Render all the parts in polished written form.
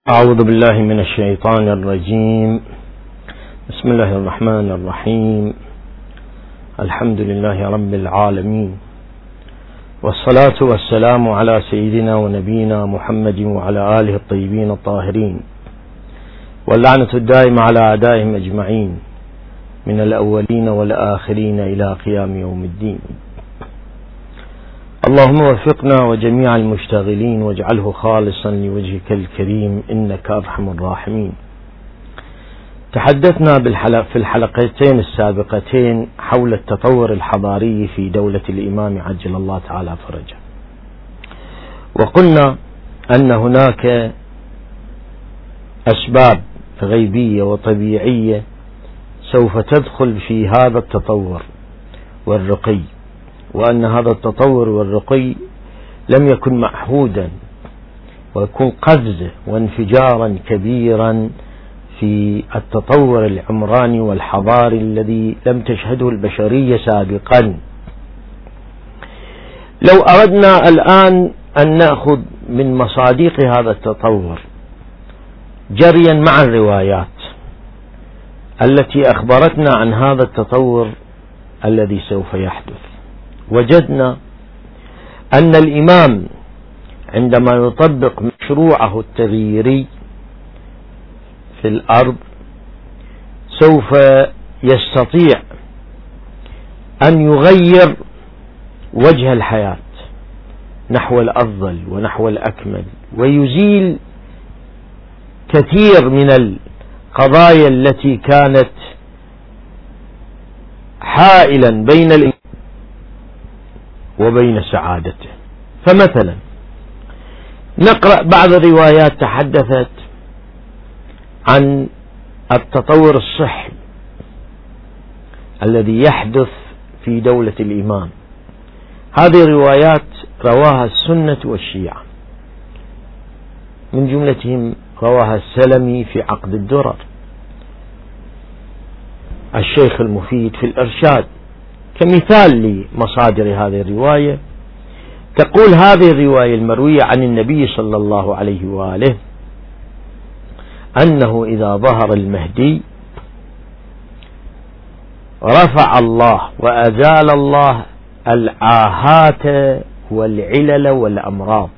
أعوذ بالله من الشيطان الرجيم. بسم الله الرحمن الرحيم. الحمد لله رب العالمين، والصلاة والسلام على سيدنا ونبينا محمد وعلى آله الطيبين الطاهرين، واللعنة الدائمة على أعدائهم أجمعين من الأولين والآخرين إلى قيام يوم الدين. اللهم وفقنا وجميع المشتغلين واجعله خالصا لوجهك الكريم إنك أرحم الراحمين. تحدثنا في الحلقتين السابقتين حول التطور الحضاري في دولة الإمام عجل الله تعالى فرجه، وقلنا أن هناك أسباب غيبية وطبيعية سوف تدخل في هذا التطور والرقي، وأن هذا التطور والرقي لم يكن معهودا، ويكون قفزة وانفجارا كبيرا في التطور العمراني والحضاري الذي لم تشهده البشرية سابقا. لو أردنا الآن أن نأخذ من مصادق هذا التطور جريا مع الروايات التي أخبرتنا عن هذا التطور الذي سوف يحدث، وجدنا أن الإمام عندما يطبق مشروعه التغييري في الأرض سوف يستطيع أن يغير وجه الحياة نحو الأفضل ونحو الأكمل، ويزيل كثير من القضايا التي كانت حائلا بين الإنسان وبين سعادته. فمثلا نقرأ بعض الروايات تحدثت عن التطور الصحي الذي يحدث في دولة الإمام. هذه الروايات رواها السنة والشيعة، من جملتهم رواها السلمي في عقد الدرر، الشيخ المفيد في الإرشاد كمثال لمصادر هذه الرواية. تقول هذه الرواية المروية عن النبي صلى الله عليه وآله أنه إذا ظهر المهدي رفع الله وأزال الله العاهات والعلل والأمراض،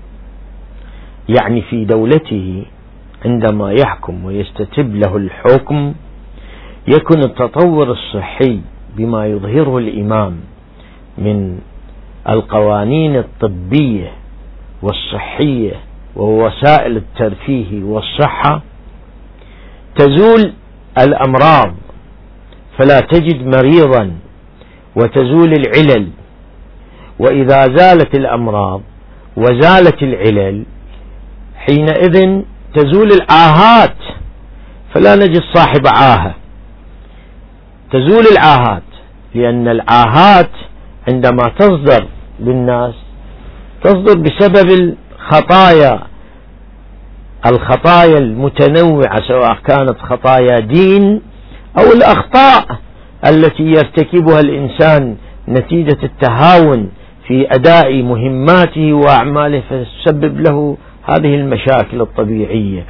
يعني في دولته عندما يحكم ويستتب له الحكم يكون التطور الصحي بما يظهره الإمام من القوانين الطبية والصحية ووسائل الترفيه والصحة، تزول الأمراض فلا تجد مريضا، وتزول العلل، وإذا زالت الأمراض وزالت العلل حينئذ تزول العاهات فلا نجد صاحب عاهة. تزول العاهات، لأن العاهات عندما تصدر بالناس تصدر بسبب الخطايا المتنوعة، سواء كانت خطايا دين أو الأخطاء التي يرتكبها الإنسان نتيجة التهاون في أداء مهماته وأعماله، فتسبب له هذه المشاكل الطبيعية.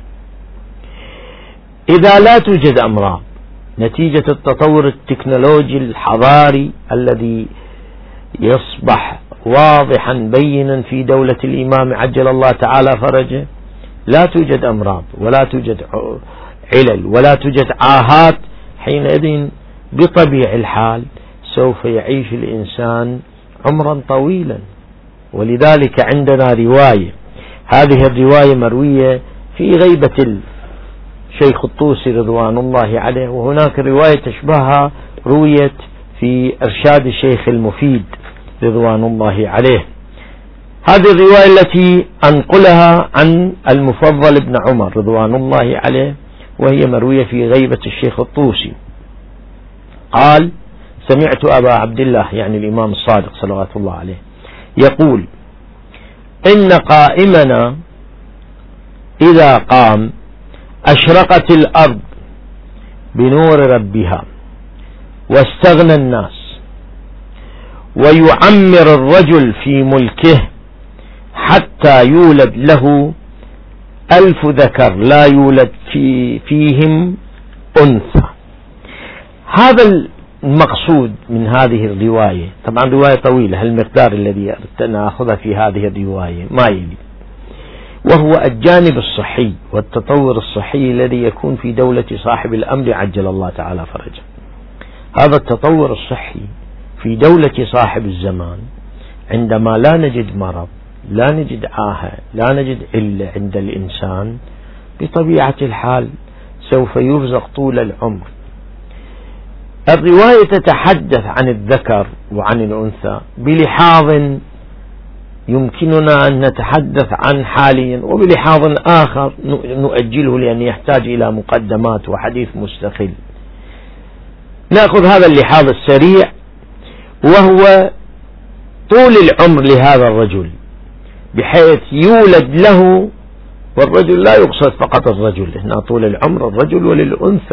إذا لا توجد أمراض نتيجة التطور التكنولوجي الحضاري الذي يصبح واضحا بينا في دولة الإمام عجل الله تعالى فرجه، لا توجد أمراض ولا توجد علل ولا توجد عاهات، حينئذ بطبيعة الحال سوف يعيش الإنسان عمرا طويلا. ولذلك عندنا رواية، هذه الرواية مروية في غيبة الشيخ الطوسي رضوان الله عليه، وهناك رواية تشبهها رويت في إرشاد الشيخ المفيد رضوان الله عليه. هذه الرواية التي أنقلها عن المفضل بن عمر رضوان الله عليه، وهي مروية في غيبة الشيخ الطوسي. قال: سمعت أبا عبد الله، يعني الإمام الصادق صلوات الله عليه، يقول: إن قائمنا إذا قام أشرقت الأرض بنور ربها واستغنى الناس، ويعمر الرجل في ملكه حتى يولد له 1000 ذكر لا يولد فيهم أنثى. هذا المقصود من هذه الرواية. طبعا رواية طويلة، المقدار الذي نأخذه في هذه الرواية ما يلي، وهو الجانب الصحي والتطور الصحي الذي يكون في دولة صاحب الأمر عجل الله تعالى فرجه. هذا التطور الصحي في دولة صاحب الزمان عندما لا نجد مرض، لا نجد عاهة، لا نجد علة عند الإنسان، بطبيعة الحال سوف يرزق طول العمر. الرواية تتحدث عن الذكر وعن الأنثى بلحاظ يمكننا أن نتحدث عن حاليا، وبلحاظ آخر نؤجله لأن يحتاج إلى مقدمات وحديث مستقل. نأخذ هذا اللحاظ السريع، وهو طول العمر لهذا الرجل بحيث يولد له، والرجل لا يقصد فقط الرجل، هنا طول العمر الرجل وللأنثى،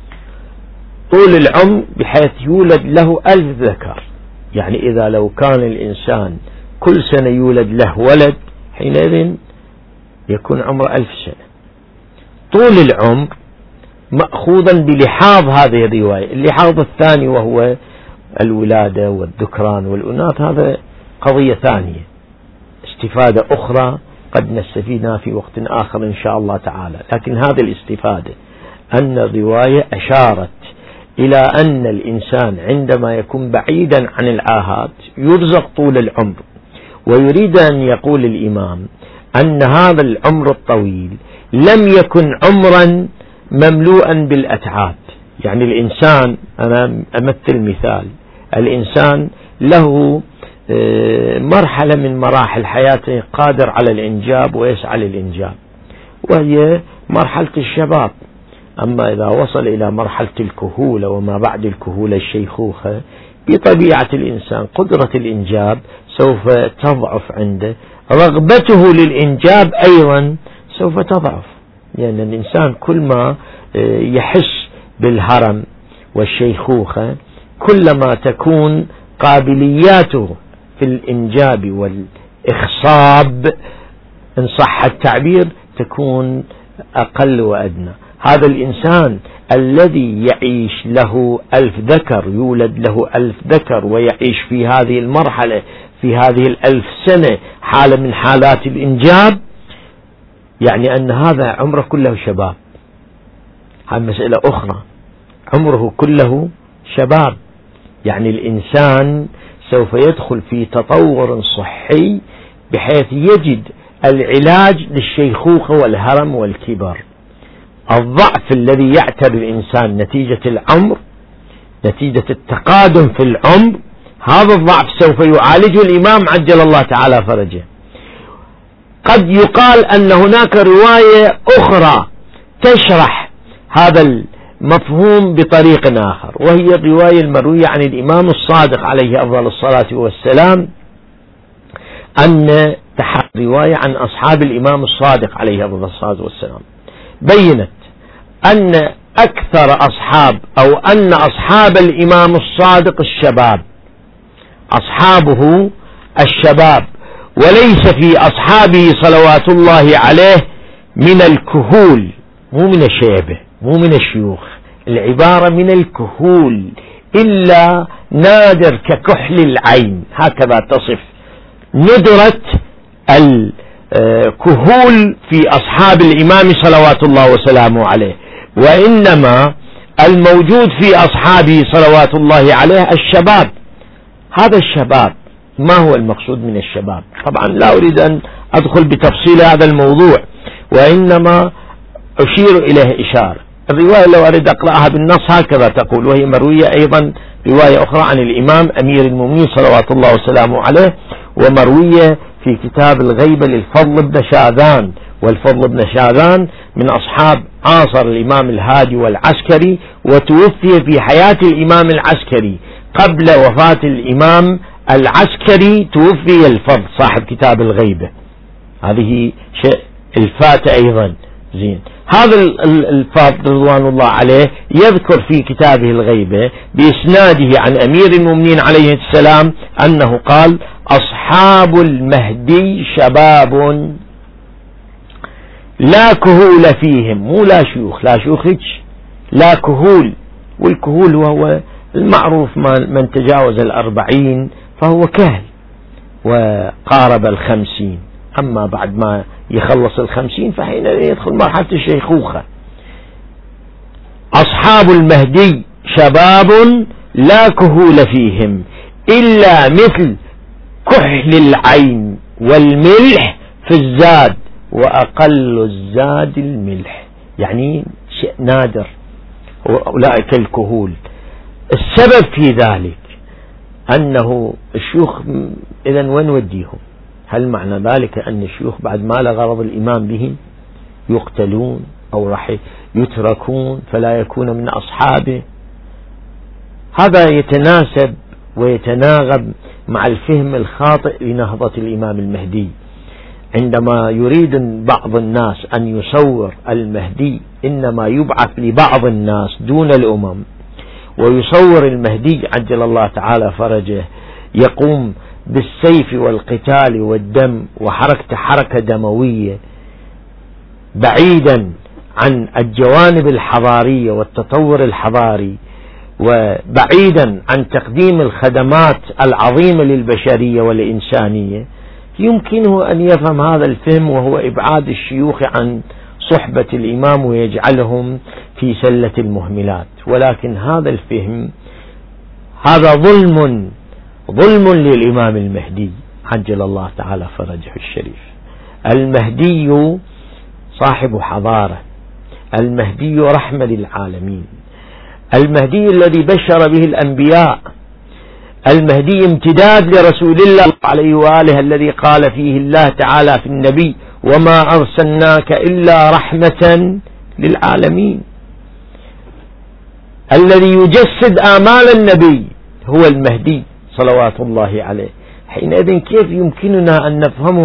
طول العمر بحيث يولد له 1000 ذكر. يعني إذا لو كان الإنسان كل سنة يولد له ولد، حينئذ يكون عمره 1000 سنة. طول العمر مأخوذا بلحاظ هذه الرواية. اللحاظ الثاني وهو الولادة والذكران والأناث، هذا قضية ثانية، استفادة أخرى قد نستفيدها في وقت آخر إن شاء الله تعالى. لكن هذه الاستفادة أن الرواية أشارت إلى أن الإنسان عندما يكون بعيدا عن العاهات يرزق طول العمر، ويريد أن يقول الإمام أن هذا العمر الطويل لم يكن عمرا مملوءا بالأتعاب. يعني الإنسان، أنا أمثل مثال، الإنسان له مرحلة من مراحل حياته قادر على الإنجاب ويسعى للإنجاب، وهي مرحلة الشباب. أما إذا وصل إلى مرحلة الكهولة وما بعد الكهولة الشيخوخة، بطبيعة الإنسان قدرة الإنجاب سوف تضعف عنده، رغبته للإنجاب أيضا سوف تضعف، لأن يعني الإنسان كل ما يحس بالهرم والشيخوخة كلما تكون قابلياته في الإنجاب والإخصاب إن صح التعبير تكون أقل وأدنى. هذا الإنسان الذي يعيش له 1000 ذكر، يولد له 1000 ذكر ويعيش في هذه المرحلة في هذه 1000 سنة حالة من حالات الإنجاب، يعني أن هذا عمره كله شباب. هذه مسألة أخرى، عمره كله شباب. يعني الإنسان سوف يدخل في تطور صحي بحيث يجد العلاج للشيخوخة والهرم والكبر. الضعف الذي يعتري الإنسان نتيجة العمر، نتيجة التقادم في العمر، هذا الضعف سوف يعالجه الإمام عجل الله تعالى فرجه. قد يقال أن هناك رواية أخرى تشرح هذا المفهوم بطريق آخر، وهي الرواية المروية عن الإمام الصادق عليه أفضل الصلاة والسلام، أن رواية عن أصحاب الإمام الصادق عليه أفضل الصلاة والسلام بينت أن أكثر أصحاب أو أن أصحاب الإمام الصادق الشباب، أصحابه الشباب، وليس في أصحابه صلوات الله عليه من الكهول، مو من الشيبة، مو من الشيوخ، العبارة من الكهول، إلا نادر ككحل العين، هكذا تصف ندرة الكهول في أصحاب الإمام صلوات الله وسلامه عليه، وإنما الموجود في أصحابه صلوات الله عليه الشباب. هذا الشباب ما هو المقصود من الشباب؟ طبعا لا أريد أن أدخل بتفصيل هذا الموضوع، وإنما أشير إليه إشارة. الرواية لو أريد أقرأها بالنص هكذا تقول، وهي مروية أيضا رواية أخرى عن الإمام أمير المؤمنين صلوات الله وسلامه عليه، ومروية في كتاب الغيبة للفضل بن شاذان، والفضل بن شاذان من أصحاب عاصر الإمام الهادي والعسكري، وتوفي في حياة الإمام العسكري قبل وفاة الإمام العسكري، توفي الفضل صاحب كتاب الغيبة. هذه شيء الفات أيضا زين. هذا الفضل رضوان الله عليه يذكر في كتابه الغيبة بإسناده عن أمير المؤمنين عليه السلام أنه قال: أصحاب المهدي شباب لا كهول فيهم، مو لا شيوخ، لا شيوخ لا كهول، والكهول هو المعروف من تجاوز 40 فهو كهل وقارب 50، أما بعد ما يخلص 50 فحين يدخل مرحلة الشيخوخة. أصحاب المهدي شباب لا كهول فيهم إلا مثل كحل العين والملح في الزاد، وأقل الزاد الملح، يعني شيء نادر أولئك الكهول. السبب في ذلك أنه الشيوخ إذن وين وديهم؟ هل معنى ذلك أن الشيوخ بعد ما لا غرض الإمام بهم يقتلون أو راح يتركون فلا يكون من أصحابه؟ هذا يتناسب ويتناغم مع الفهم الخاطئ لنهضة الإمام المهدي، عندما يريد بعض الناس أن يصور المهدي إنما يبعث لبعض الناس دون الأمم، ويصور المهدي عجل الله تعالى فرجه يقوم بالسيف والقتال والدم وحركة حركة دموية بعيدا عن الجوانب الحضارية والتطور الحضاري، وبعيدا عن تقديم الخدمات العظيمة للبشرية والإنسانية. يمكنه أن يفهم هذا الفهم وهو إبعاد الشيوخ عن صحبة الإمام ويجعلهم في سلة المهملات، ولكن هذا الفهم هذا ظلم للإمام المهدي عجل الله تعالى فرجه الشريف. المهدي صاحب حضارة، المهدي رحمة للعالمين، المهدي الذي بشر به الأنبياء، المهدي امتداد لرسول الله عليه وآله الذي قال فيه الله تعالى في النبي وما أرسلناك إلا رحمة للعالمين. الذي يجسد آمال النبي هو المهدي صلوات الله عليه. حينئذ كيف يمكننا أن نفهمه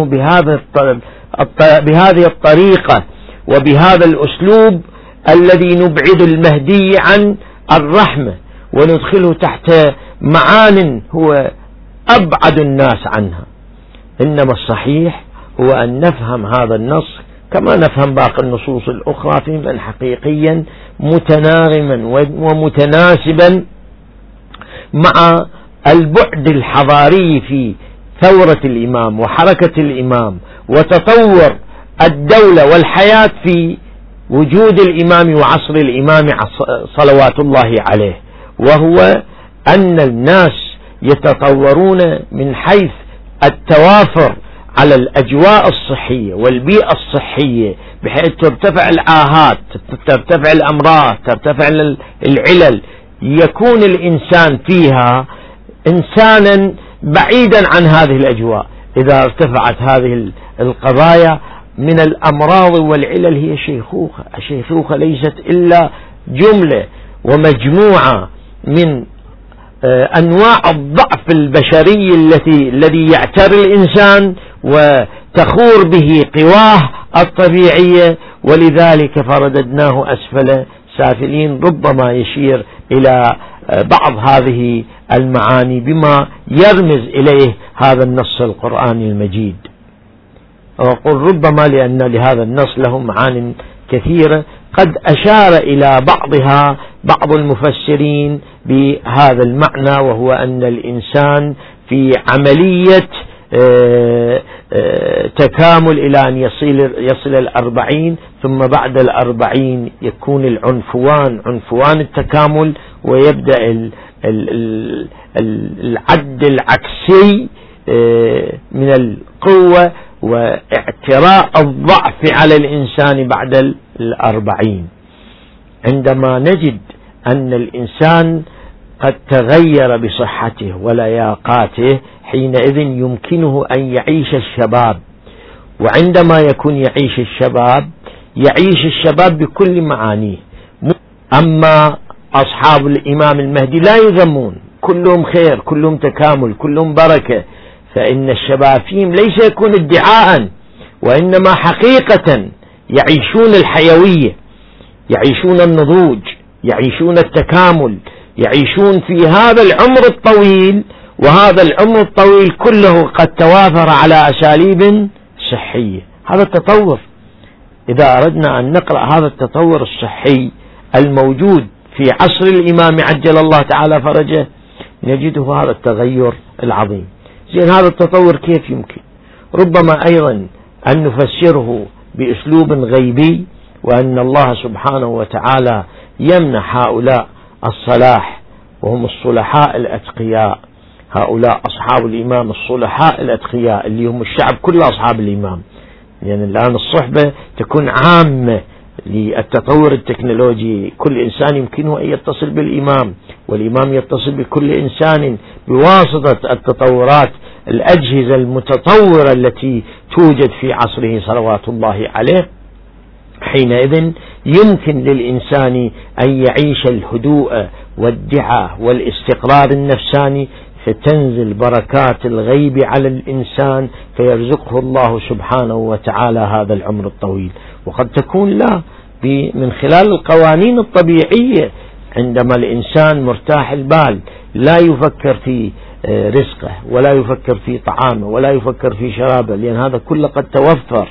بهذه الطريقة وبهذا الأسلوب الذي نبعد المهدي عن الرحمة وندخله تحت معان هو أبعد الناس عنها؟ إنما الصحيح هو أن نفهم هذا النص كما نفهم باقي النصوص الأخرى فهما حقيقيا متناغما ومتناسبا مع البعد الحضاري في ثورة الإمام وحركة الإمام وتطور الدولة والحياة في وجود الإمام وعصر الإمام صلوات الله عليه، وهو أن الناس يتطورون من حيث التوافر على الأجواء الصحية والبيئة الصحية، بحيث ترتفع العاهات، ترتفع الأمراض، ترتفع العلل، يكون الإنسان فيها إنسانا بعيدا عن هذه الأجواء. إذا ارتفعت هذه القضايا من الأمراض والعلل هي شيخوخة. الشيخوخة ليست إلا جملة ومجموعة من أنواع الضعف البشري الذي يعتري الإنسان وتخور به قواه الطبيعية، ولذلك فرددناه أسفل سافلين. ربما يشير إلى بعض هذه المعاني بما يرمز إليه هذا النص القرآني المجيد. وأقول ربما لأن لهذا النص له معان كثيرة قد أشار إلى بعضها بعض المفسرين بهذا المعنى، وهو أن الإنسان في عملية تكامل إلى أن يصل 40، ثم بعد 40 يكون عنفوان التكامل، ويبدأ العد العكسي من القوة واعتراء الضعف على الإنسان بعد 40. عندما نجد أن الإنسان قد تغير بصحته ولياقاته حينئذ يمكنه أن يعيش الشباب، وعندما يكون يعيش الشباب بكل معانيه. أما أصحاب الإمام المهدي لا يذمون، كلهم خير، كلهم تكامل، كلهم بركة، فإن الشباب فيهم ليس يكون ادعاء، وإنما حقيقة يعيشون الحيوية، يعيشون النضوج، يعيشون التكامل، يعيشون في هذا العمر الطويل، وهذا العمر الطويل كله قد توافر على أساليب صحية. هذا التطور إذا أردنا أن نقرأ هذا التطور الصحي الموجود في عصر الإمام عجل الله تعالى فرجه نجده هذا التغير العظيم. زين، هذا التطور كيف يمكن؟ ربما أيضا أن نفسره بأسلوب غيبي، وأن الله سبحانه وتعالى يمنح هؤلاء الصلاح وهم الصلحاء الأتقياء، هؤلاء أصحاب الإمام الصلحاء الأتقياء اللي هم الشعب كل أصحاب الإمام. يعني الآن الصحبة تكون عامة للتطور التكنولوجي، كل إنسان يمكنه أن يتصل بالإمام، والإمام يتصل بكل إنسان بواسطة التطورات الأجهزة المتطورة التي توجد في عصره صلوات الله عليه. حينئذ يمكن للإنسان أن يعيش الهدوء والدعاء والاستقرار النفساني، فتنزل بركات الغيب على الإنسان فيرزقه الله سبحانه وتعالى هذا العمر الطويل. وقد تكون لا من خلال القوانين الطبيعية، عندما الإنسان مرتاح البال لا يفكر في رزقه ولا يفكر في طعامه ولا يفكر في شرابه، لأن هذا كله قد توفر،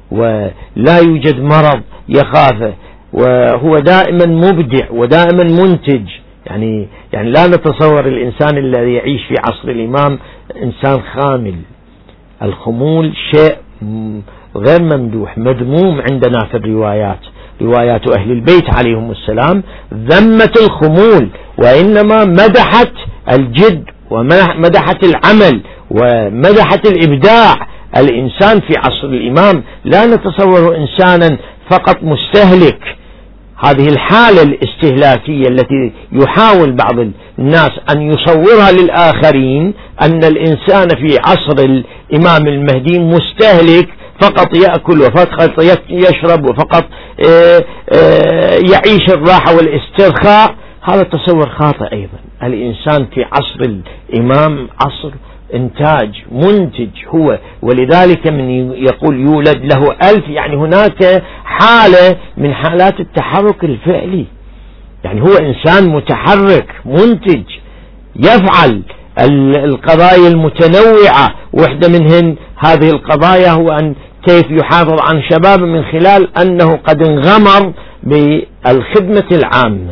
ولا يوجد مرض يخافه، وهو دائما مبدع ودائما منتج. يعني لا نتصور الإنسان الذي يعيش في عصر الإمام إنسان خامل. الخمول شيء غير ممدوح، مذموم عندنا في الروايات. روايات أهل البيت عليهم السلام ذمت الخمول، وإنما مدحت الجد ومدحت العمل ومدحت الإبداع. الإنسان في عصر الإمام لا نتصور إنسانا فقط مستهلك. هذه الحالة الاستهلاكية التي يحاول بعض الناس أن يصورها للآخرين، أن الإنسان في عصر الإمام المهدي مستهلك، فقط يأكل وفقط يشرب وفقط يعيش الراحة والاسترخاء. هذا تصور خاطئ أيضا. الإنسان في عصر الإمام عصر إنتاج منتج هو، ولذلك من يقول يولد له 1000، يعني هناك حالة من حالات التحرك الفعلي. يعني هو إنسان متحرك منتج يفعل القضايا المتنوعة، واحدة منهن هذه القضايا هو أن كيف يحافظ عن شبابه من خلال أنه قد انغمر بالخدمة العامة.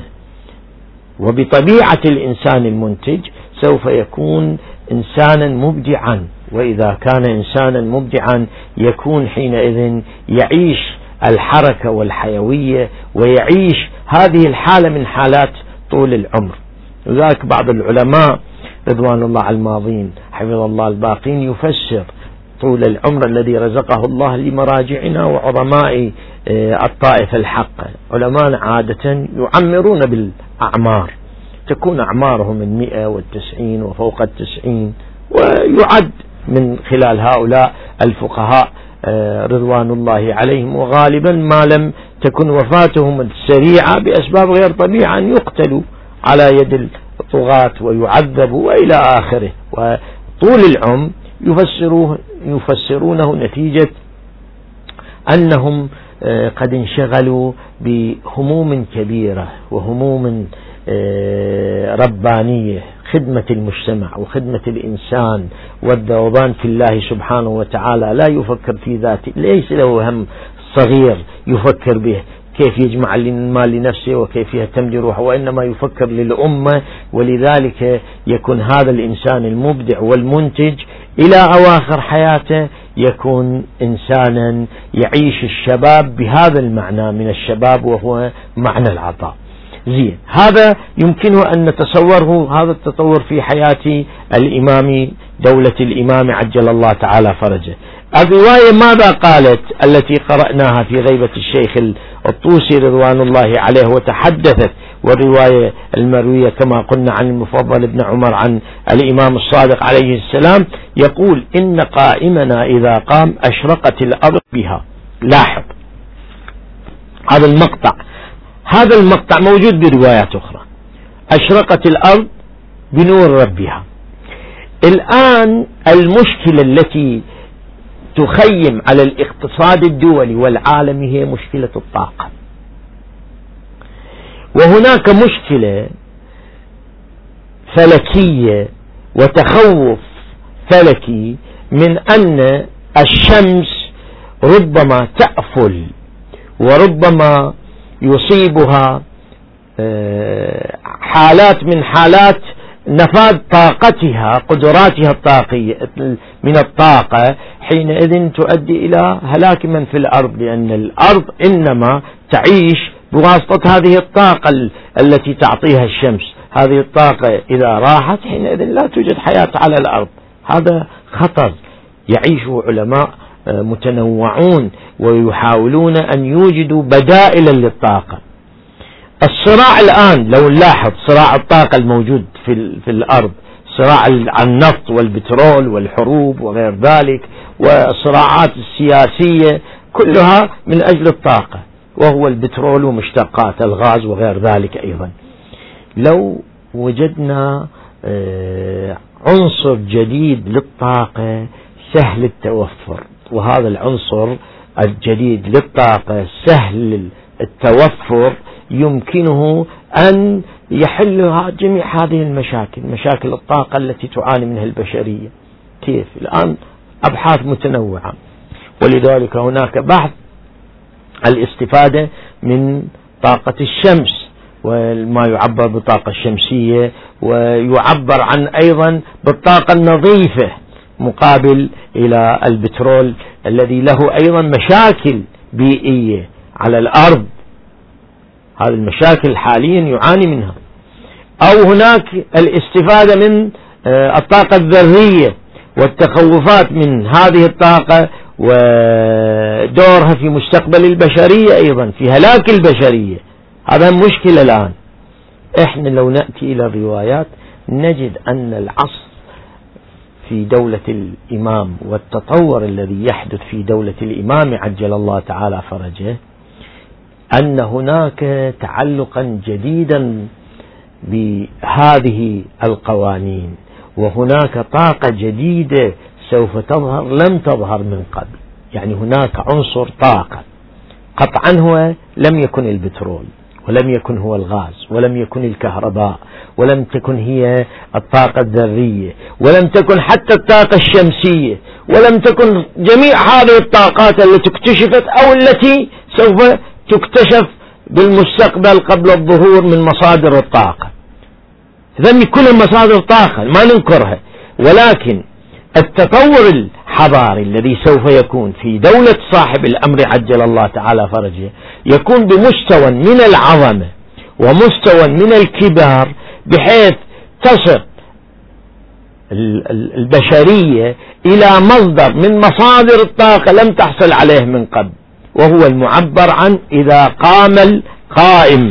وبطبيعة الإنسان المنتج سوف يكون إنسانا مبدعا، وإذا كان إنسانا مبدعا يكون حينئذ يعيش الحركة والحيوية، ويعيش هذه الحالة من حالات طول العمر. لذلك بعض العلماء رضوان الله على الماضين حفظ الله الباقين يفسر طول العمر الذي رزقه الله لمراجعنا وعظماء الطائفة الحقة. علماء عادة يعمرون بالأعمار، تكون أعمارهم من 190 وفوق 90، ويعد من خلال هؤلاء الفقهاء رضوان الله عليهم، وغالبا ما لم تكن وفاتهم السريعة بأسباب غير طبيعة أن يقتلوا على يد الطغاة ويعذبوا وإلى آخره. وطول العمر يفسرونه نتيجة أنهم قد انشغلوا بهموم كبيرة وهموم ربانية، خدمة المجتمع وخدمة الإنسان والذوبان في الله سبحانه وتعالى. لا يفكر في ذاته، ليس له هم صغير يفكر به كيف يجمع المال لنفسه وكيف يهتم بروحه، وإنما يفكر للأمة. ولذلك يكون هذا الإنسان المبدع والمنتج إلى أواخر حياته يكون إنسانا يعيش الشباب بهذا المعنى من الشباب، وهو معنى العطاء. زين، هذا يمكنه أن نتصوره هذا التطور في حياة الإمام دولة الإمام عجل الله تعالى فرجه. الرواية ماذا قالت التي قرأناها في غيبة الشيخ الطوسي رضوان الله عليه وتحدثت؟ والرواية المروية كما قلنا عن المفضل بن عمر عن الإمام الصادق عليه السلام يقول: إن قائمنا إذا قام أشرقت الأرض بها. لاحظ هذا المقطع موجود بروايات أخرى. أشرقت الأرض بنور ربها. الآن المشكلة التي تخيم على الاقتصاد الدولي والعالمي هي مشكلة الطاقة، وهناك مشكلة فلكية وتخوف فلكي من أن الشمس ربما تأفل وربما يصيبها حالات من حالات نفاذ طاقتها، قدراتها الطاقية من الطاقة، حينئذ تؤدي إلى هلاك من في الأرض، لأن الأرض إنما تعيش بواسطة هذه الطاقة التي تعطيها الشمس. هذه الطاقة إذا راحت حينئذ لا توجد حياة على الأرض. هذا خطر يعيشه علماء متنوعون ويحاولون أن يوجدوا بدائلا للطاقة. الصراع الآن لو نلاحظ صراع الطاقة الموجود في الأرض، صراع النفط والبترول والحروب وغير ذلك، والصراعات السياسية كلها من أجل الطاقة، وهو البترول ومشتقات الغاز وغير ذلك. أيضا لو وجدنا عنصر جديد للطاقة سهل التوفر، وهذا العنصر الجديد للطاقة سهل التوفر يمكنه أن يحل جميع هذه المشاكل، مشاكل الطاقة التي تعاني منها البشرية. كيف؟ الآن أبحاث متنوعة، ولذلك هناك بحث الاستفادة من طاقة الشمس وما يعبر بالطاقة الشمسية، ويعبر عن أيضا بالطاقة النظيفة مقابل إلى البترول الذي له أيضا مشاكل بيئية على الأرض. هذه المشاكل حاليا يعاني منها. أو هناك الاستفادة من الطاقة الذرية والتخوفات من هذه الطاقة ودورها في مستقبل البشرية، أيضا في هلاك البشرية. هذا مشكلة الآن. إحنا لو نأتي إلى الروايات نجد أن العصر في دولة الإمام والتطور الذي يحدث في دولة الإمام عجل الله تعالى فرجه، أن هناك تعلقا جديدا بهذه القوانين، وهناك طاقة جديدة سوف تظهر لم تظهر من قبل. يعني هناك عنصر طاقة قطعا هو لم يكن البترول، ولم يكن هو الغاز، ولم يكن الكهرباء، ولم تكن هي الطاقة الذرية، ولم تكن حتى الطاقة الشمسية، ولم تكن جميع هذه الطاقات التي اكتشفت أو التي سوف تكتشف بالمستقبل قبل الظهور من مصادر الطاقة. إذن كل مصادر طاقة ما ننكرها، ولكن التطور الحضاري الذي سوف يكون في دولة صاحب الأمر عجل الله تعالى فرجه يكون بمستوى من العظمة ومستوى من الكبار، بحيث تصل البشرية إلى مصدر من مصادر الطاقة لم تحصل عليه من قبل، وهو المعبر عن إذا قام القائم،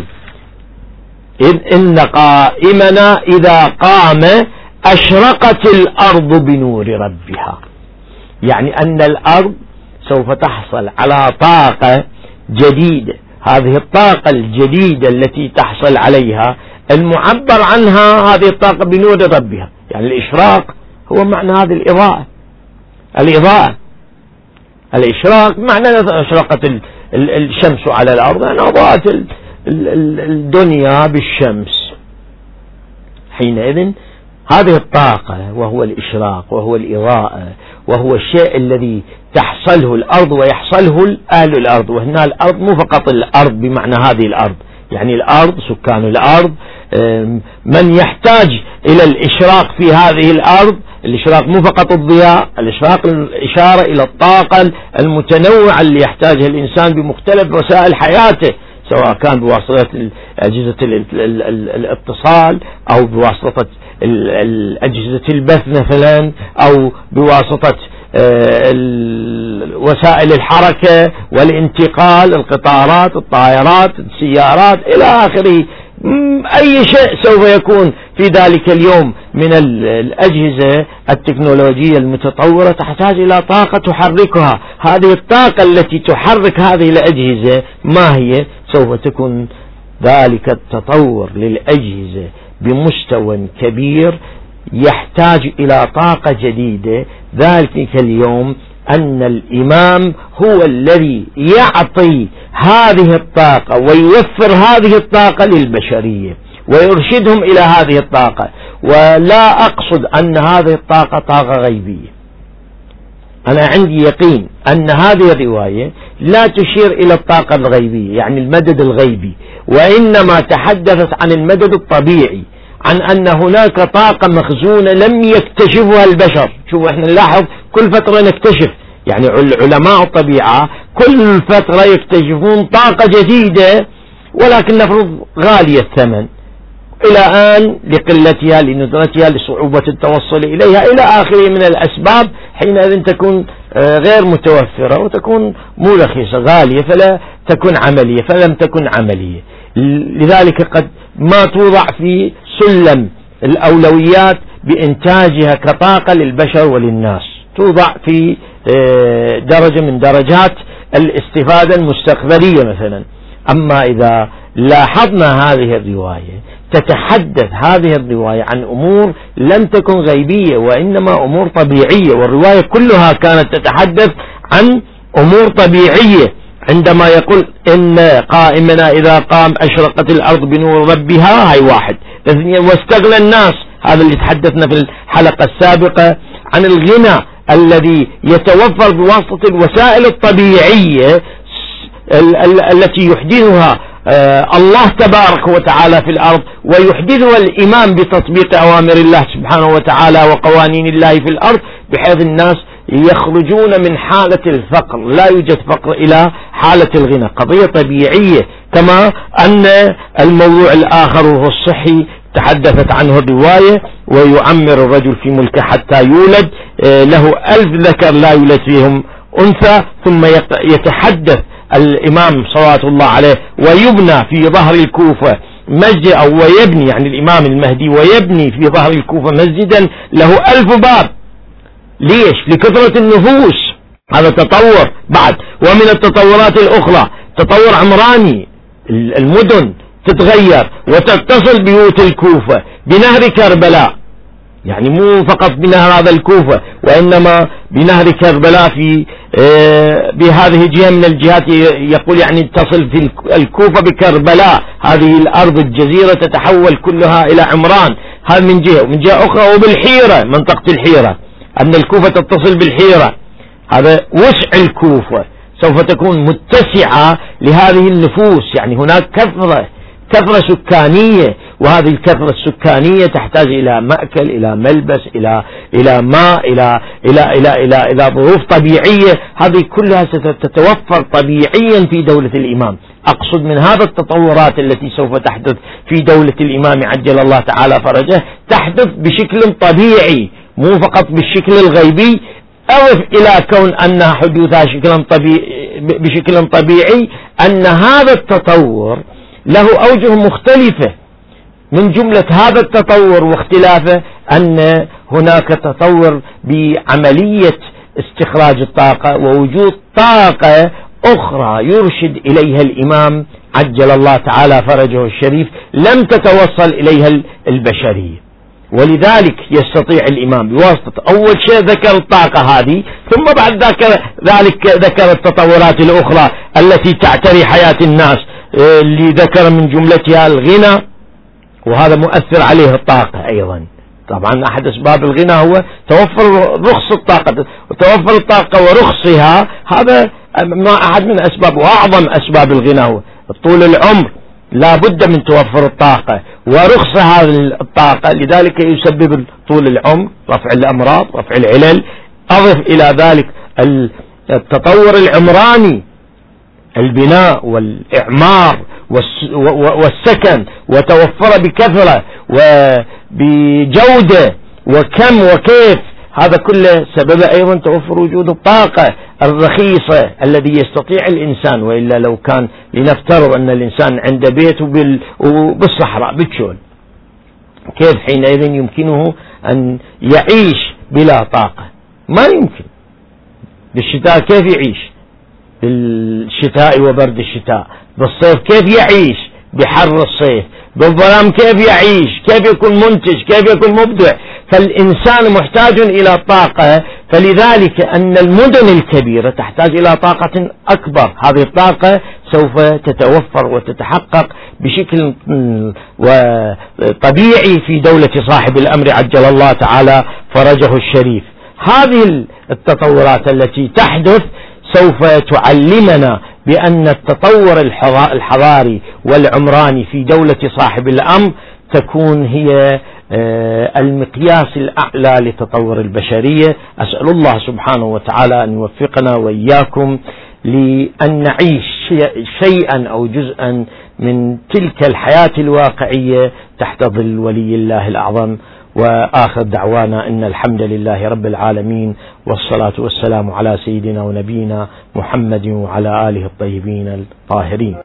إن قائمنا إذا قام أشرقت الأرض بنور ربها. يعني أن الأرض سوف تحصل على طاقة جديدة. هذه الطاقة الجديدة التي تحصل عليها المعبر عنها هذه الطاقة بنور ربها. يعني الإشراق هو معنى هذه الإضاءة. الإشراق معنى أشرقت الشمس على الأرض، يعني أضاءت الدنيا بالشمس. حينئذ هذه الطاقة وهو الإشراق وهو الإضاءة وهو الشيء الذي تحصله الأرض ويحصله أهل الأرض. وهنا الأرض مو فقط الأرض بمعنى هذه الأرض، يعني الأرض سكان الأرض، من يحتاج إلى الإشراق في هذه الأرض. الإشراق مو فقط الضياء، الإشراق الإشارة إلى الطاقة المتنوعة اللي يحتاجها الإنسان بمختلف وسائل حياته، سواء كان بواسطة أجهزة الاتصال أو بواسطة أجهزة البث مثلا، أو بواسطة وسائل الحركة والانتقال، القطارات، الطائرات، السيارات إلى آخره. أي شيء سوف يكون في ذلك اليوم من الأجهزة التكنولوجية المتطورة تحتاج إلى طاقة تحركها. هذه الطاقة التي تحرك هذه الأجهزة ما هي؟ سوف تكون ذلك التطور للأجهزة بمستوى كبير يحتاج إلى طاقة جديدة. ذلك اليوم أن الإمام هو الذي يعطي هذه الطاقة ويوفر هذه الطاقة للبشرية ويرشدهم إلى هذه الطاقة. ولا أقصد أن هذه الطاقة طاقة غيبية، أنا عندي يقين أن هذه الرواية لا تشير إلى الطاقة الغيبية يعني المدد الغيبي، وإنما تحدثت عن المدد الطبيعي، عن أن هناك طاقة مخزونة لم يكتشفها البشر. شوفوا احنا نلاحظ كل فترة نكتشف، يعني علماء الطبيعة كل فترة يكتشفون طاقة جديدة، ولكن نفرض غالية الثمن إلى آن لقلتها لندرتها لصعوبة التوصل إليها إلى آخره من الأسباب، حينئذ تكون غير متوفرة وتكون مو رخيصة، غالية فلا تكون عملية، فلم تكن عملية. لذلك قد ما توضع في سلم الأولويات بإنتاجها كطاقة للبشر وللناس، توضع في درجة من درجات الاستفادة المستقبلية مثلا. أما إذا لاحظنا هذه الرواية تتحدث هذه الرواية عن أمور لم تكن غيبية وإنما أمور طبيعية، والرواية كلها كانت تتحدث عن أمور طبيعية. عندما يقول إن قائمنا إذا قام أشرقت الأرض بنور ربها، هاي واحد. واستغنى الناس، هذا اللي تحدثنا في الحلقة السابقة عن الغنى الذي يتوفر بواسطة الوسائل الطبيعية التي يحدثها الله تبارك وتعالى في الأرض، ويحدثها الإمام بتطبيق أوامر الله سبحانه وتعالى وقوانين الله في الأرض، بحيث الناس يخرجون من حالة الفقر، لا يوجد فقر إلى حالة الغنى، قضية طبيعية. كما أن الموضوع الآخر وهو الصحي تحدثت عنه الرواية، ويعمر الرجل في ملكه حتى يولد له 1000 ذكر لا يولد فيهم أنثى. ثم يتحدث الإمام صلوات الله عليه ويبنى في ظهر الكوفة مسجد، أو ويبني يعني الإمام المهدي ويبني في ظهر الكوفة مسجدا له 1000 باب. ليش؟ لكثرة النفوس. هذا تطور بعد. ومن التطورات الأخرى تطور عمراني، المدن تتغير وتتصل بيوت الكوفة بنهر كربلاء، يعني مو فقط بنهر هذا الكوفة وإنما بنهر كربلاء في بهذه جهة من الجهات، يقول يعني تصل في الكوفة بكربلاء، هذه الأرض الجزيرة تتحول كلها إلى عمران. هذا من جهة. ومن جهة أخرى وبالحيرة، منطقة الحيرة، أن الكوفة تتصل بالحيرة، هذا وسع الكوفة سوف تكون متسعة لهذه النفوس، يعني هناك كثرة سكانية، وهذه الكثرة السكانية تحتاج إلى مأكل، إلى ملبس، إلى ماء، إلى ظروف طبيعية. هذه كلها ستتوفر طبيعيا في دولة الإمام. أقصد من هذا التطورات التي سوف تحدث في دولة الإمام عجل الله تعالى فرجه، تحدث بشكل طبيعي مو فقط بالشكل الغيبي. أضف إلى كون أنها حدوثها بشكل طبيعي أن هذا التطور له أوجه مختلفة. من جملة هذا التطور واختلافه أن هناك تطور بعملية استخراج الطاقة ووجود طاقة أخرى يرشد إليها الإمام عجل الله تعالى فرجه الشريف لم تتوصل إليها البشرية. ولذلك يستطيع الإمام بواسطة أول شيء ذكر الطاقة هذه، ثم بعد ذلك ذكر التطورات الأخرى التي تعتري حياة الناس، اللي ذكر من جملتها الغنى، وهذا مؤثر عليه الطاقة أيضا. طبعا أحد أسباب الغنى هو توفر رخص الطاقة، وتوفر الطاقة ورخصها هذا ما أحد من أسباب وأعظم أسباب الغنى هو طول العمر، لا بد من توفر الطاقة ورخص هذه الطاقة، لذلك يسبب طول العمر، رفع الأمراض، رفع العلل. أضف إلى ذلك التطور العمراني، البناء والإعمار والسكن، وتوفر بكثرة وبجودة وكم وكيف، هذا كله سبب أيضا توفر وجود الطاقة الرخيصة الذي يستطيع الإنسان. وإلا لو كان لنفترض أن الإنسان عنده بيته بالصحراء بالشول، كيف حينئذ يمكنه أن يعيش بلا طاقة؟ ما يمكن. بالشتاء كيف يعيش؟ بالشتاء وبرد الشتاء. بالصيف كيف يعيش؟ بحر الصيف. بالظلام كيف يعيش؟ كيف يكون منتج؟ كيف يكون مبدع؟ فالإنسان محتاج إلى طاقة. فلذلك أن المدن الكبيرة تحتاج إلى طاقة أكبر. هذه الطاقة سوف تتوفر وتتحقق بشكل طبيعي في دولة صاحب الأمر عجل الله تعالى فرجه الشريف. هذه التطورات التي تحدث سوف تعلمنا بأن التطور الحضاري والعمراني في دولة صاحب الأمر تكون هي المقياس الأعلى لتطور البشرية. أسأل الله سبحانه وتعالى أن يوفقنا وإياكم لأن نعيش شيئا أو جزءا من تلك الحياة الواقعية تحت ظل ولي الله الأعظم. وآخر دعوانا إن الحمد لله رب العالمين، والصلاة والسلام على سيدنا ونبينا محمد وعلى آله الطيبين الطاهرين.